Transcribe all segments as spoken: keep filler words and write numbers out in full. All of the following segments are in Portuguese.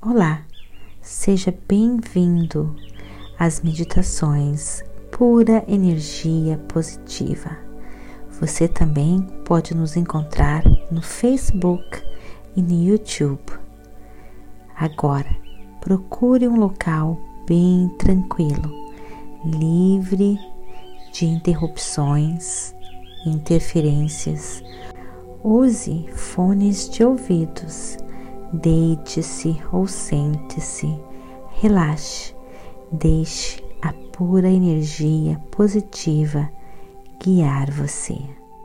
Olá, seja bem-vindo às meditações Pura Energia Positiva. Você também pode nos encontrar no Facebook e no YouTube. Agora, procure um local bem tranquilo, livre de interrupções e interferências. Use fones de ouvidos. Deite-se ou sente-se, relaxe, deixe a pura energia positiva guiar você.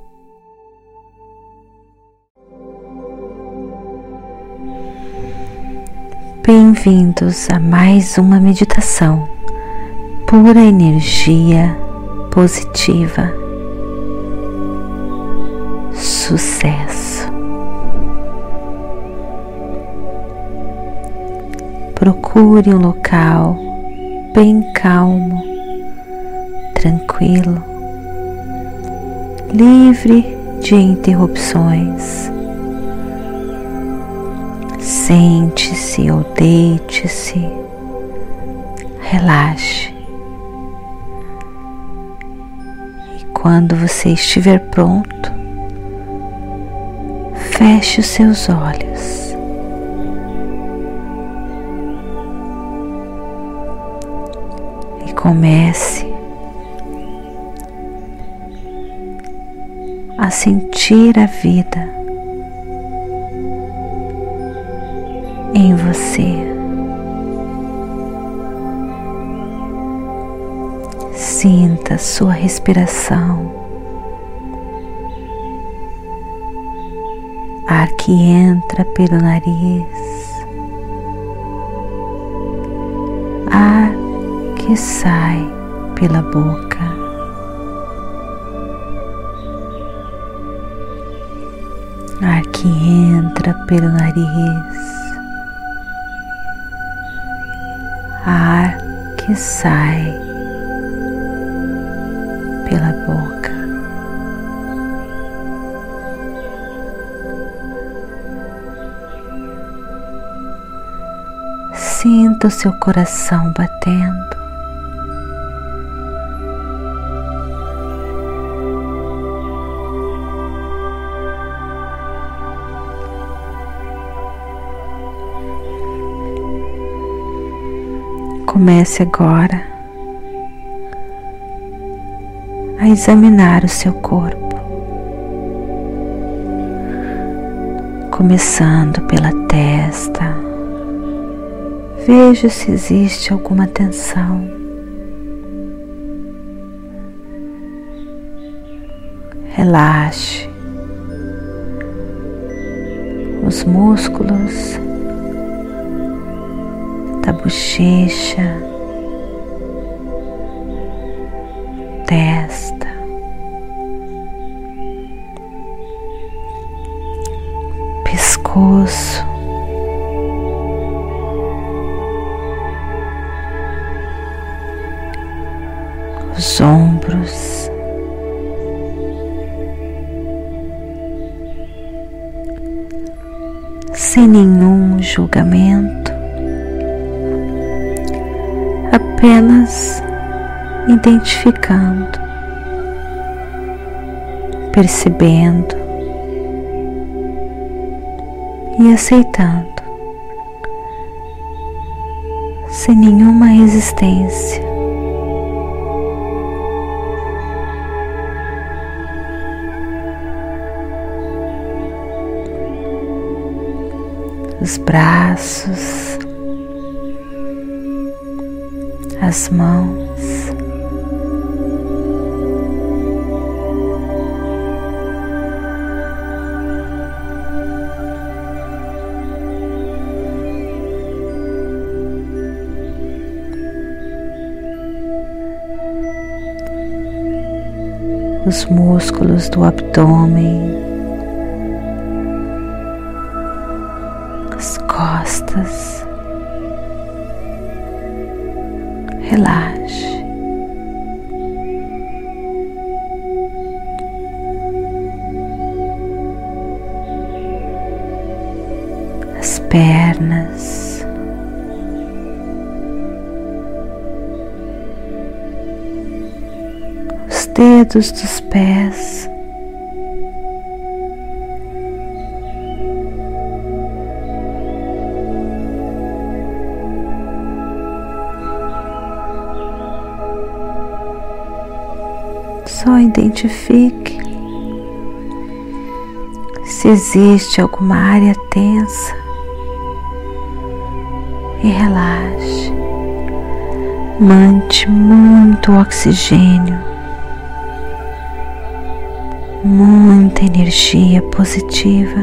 Bem-vindos a mais uma meditação, pura energia positiva. Sucesso! Procure um local bem calmo, tranquilo, livre de interrupções. Sente-se ou deite-se, relaxe. E quando você estiver pronto, feche os seus olhos. Comece a sentir a vida em você. Sinta sua respiração, ar que entra pelo nariz, ar que sai pela boca. Ar que entra pelo nariz, ar que sai pela boca. Sinta o seu coração batendo. Comece agora a examinar o seu corpo, começando pela testa. Veja se existe alguma tensão. Relaxe os músculos da bochecha, testa, pescoço, os ombros, sem nenhum julgamento. Apenas identificando, percebendo e aceitando, sem nenhuma resistência. Os braços, as mãos, os músculos do abdômen, as costas. Relaxe. As pernas, dedos dos pés, só identifique se existe alguma área tensa e relaxe. Mande muito oxigênio, muita energia positiva.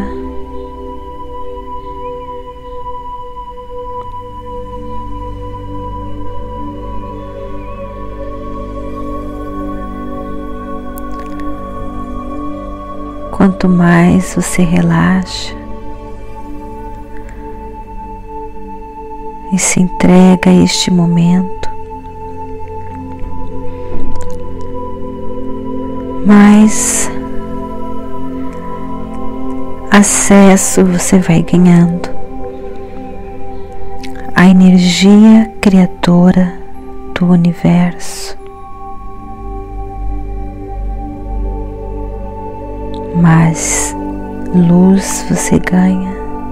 Quanto mais você relaxa e se entrega a este momento, mais acesso você vai ganhando à energia criadora do universo. Mais luz você ganha,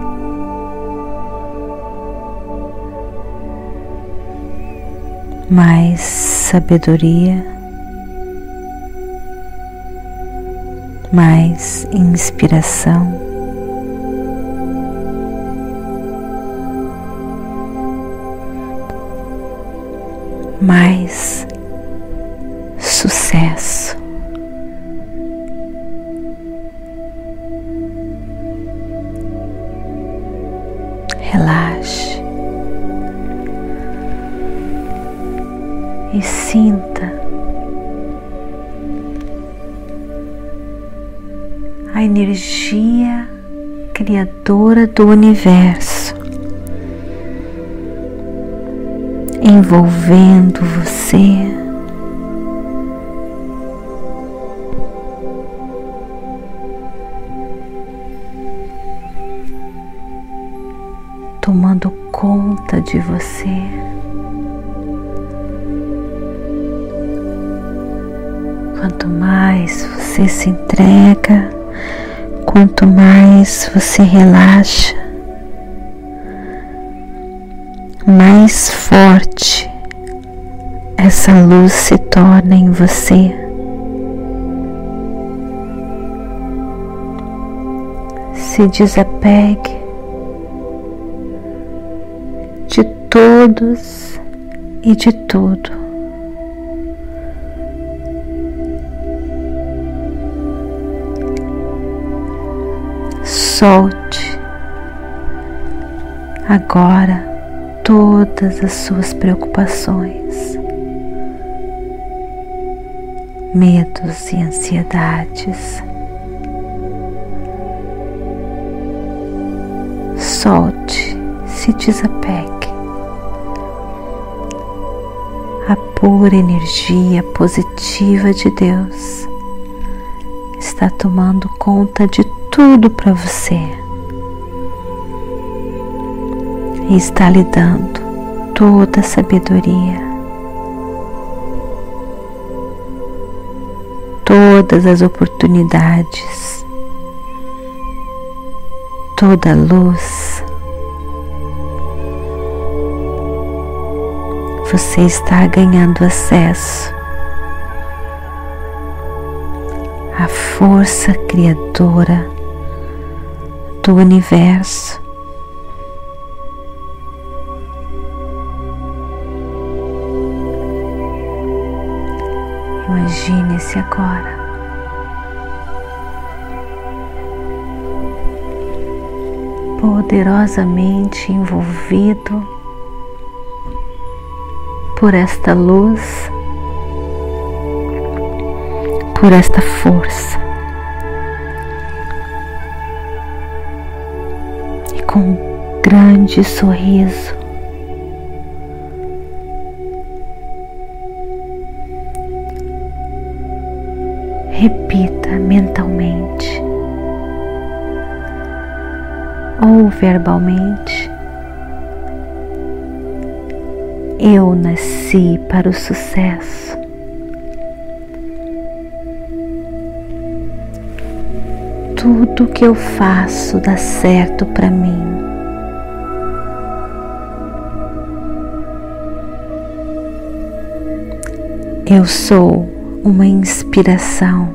mais sabedoria, mais inspiração, mais sucesso. Relaxe e sinta a energia criadora do universo envolvendo você, tomando conta de você. Quanto mais você se entrega, quanto mais você relaxa, mais forte essa luz se torna em você. Se desapegue de todos e de tudo. Solte agora todas as suas preocupações, medos e ansiedades. Solte, se desapegue. A pura energia positiva de Deus está tomando conta de tudo para você e está lhe dando toda a sabedoria, todas as oportunidades, toda a luz. Você está ganhando acesso à força criadora do universo. Imagine-se agora poderosamente envolvido por esta luz, por esta força, e com um grande sorriso repita mentalmente ou verbalmente: eu nasci para o sucesso. tudo que eu faço dá certo para mim. Eu sou uma inspiração.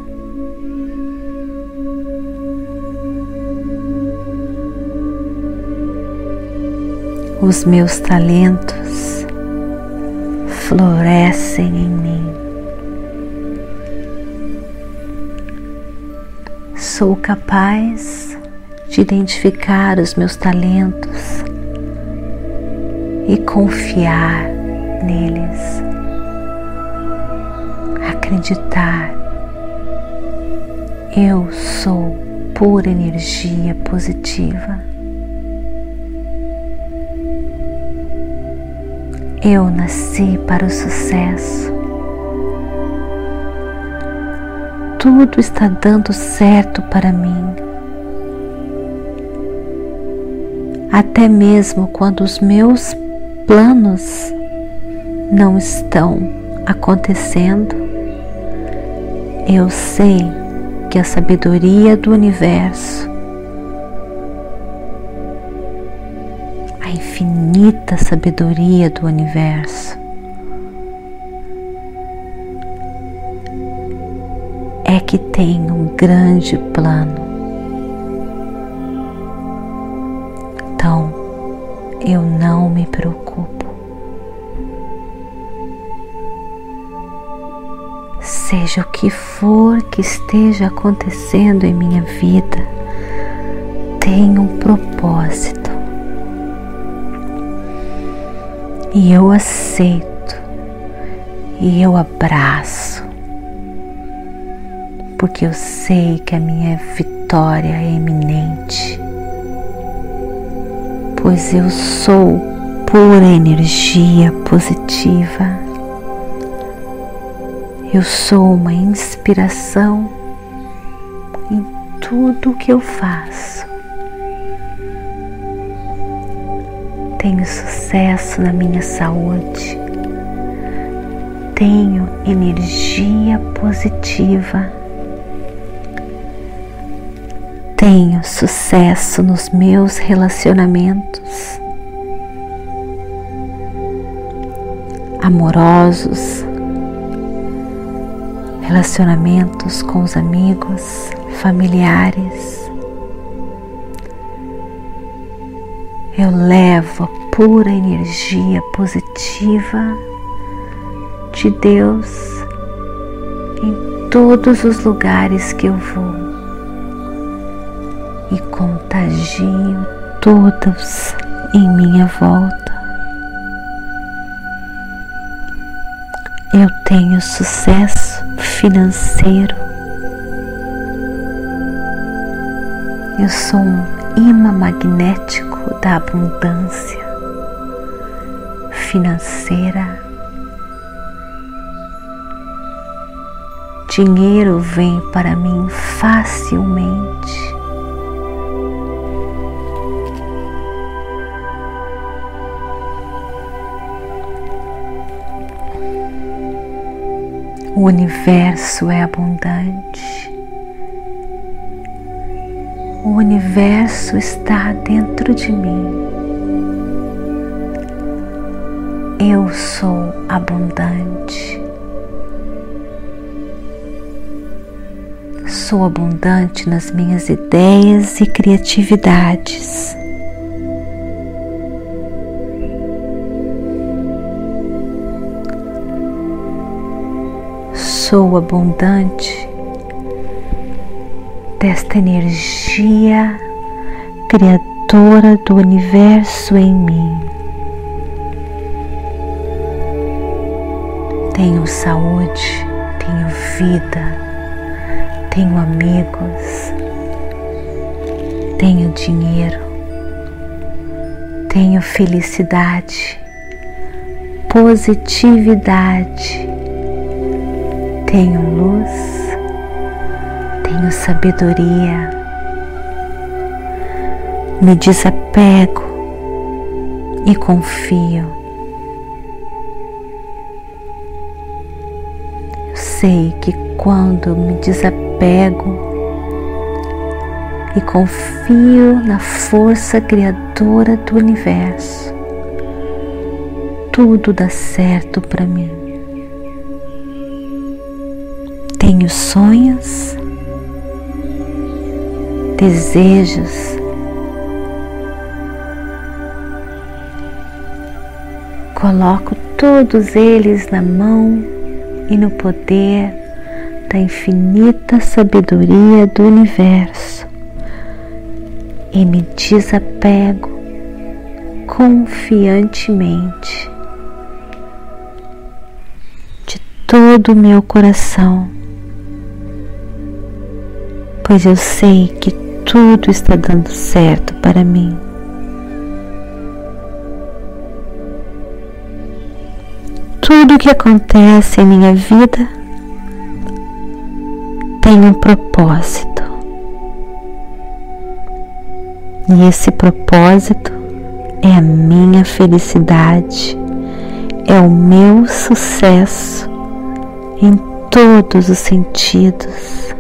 Os meus talentos florescem em mim. Sou capaz de identificar os meus talentos e confiar neles. Acreditar. Eu sou pura energia positiva. Eu nasci para o sucesso. Tudo está dando certo para mim. Até mesmo quando os meus planos não estão acontecendo, eu sei que a sabedoria do universo, a infinita sabedoria do universo, é que tem um grande plano. Então, eu não me preocupo. Seja o que for que esteja acontecendo em minha vida, tem um propósito. E eu aceito, e eu abraço, porque eu sei que a minha vitória é iminente, pois eu sou pura energia positiva. Eu sou uma inspiração em tudo que eu faço. Tenho sucesso na minha saúde. Tenho energia positiva. Tenho sucesso nos meus relacionamentos amorosos, relacionamentos com os amigos, familiares. Eu levo a pura energia positiva de Deus em todos os lugares que eu vou e contagio todos em minha volta. Eu tenho sucesso financeiro. Eu sou um imã magnético da abundância financeira. Dinheiro vem para mim facilmente. O universo é abundante. O universo está dentro de mim. Eu sou abundante. Sou abundante nas minhas ideias e criatividades. Sou abundante desta energia criadora do universo em mim. Tenho saúde, tenho vida, tenho amigos, tenho dinheiro, tenho felicidade, positividade. Tenho luz, tenho sabedoria, me desapego e confio. Eu sei que quando me desapego, e confio na força criadora do universo. Tudo dá certo para mim. Tenho sonhos, desejos, coloco todos eles na mão e no poder da infinita sabedoria do universo e me desapego confiantemente de todo o meu coração, pois eu sei que tudo está dando certo para mim. Tudo que acontece em minha vida tem um propósito. E esse propósito é a minha felicidade, é o meu sucesso em todos os sentidos.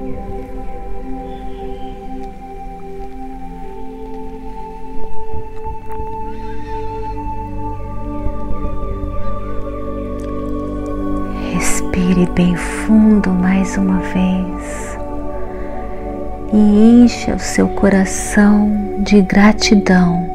Respire bem fundo mais uma vez e encha o seu coração de gratidão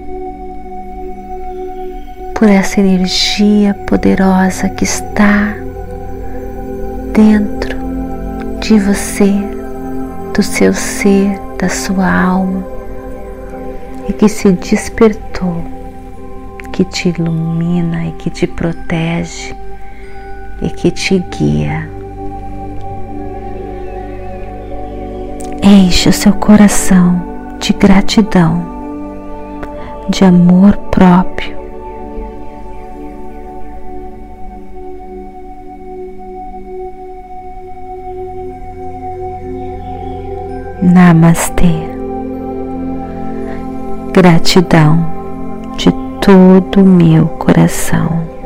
por essa energia poderosa que está dentro de você, do seu ser, da sua alma e que se despertou, que te ilumina e que te protege e que te guia. Enche o seu coração de gratidão, de amor próprio. Namastê. Gratidão de todo o meu coração.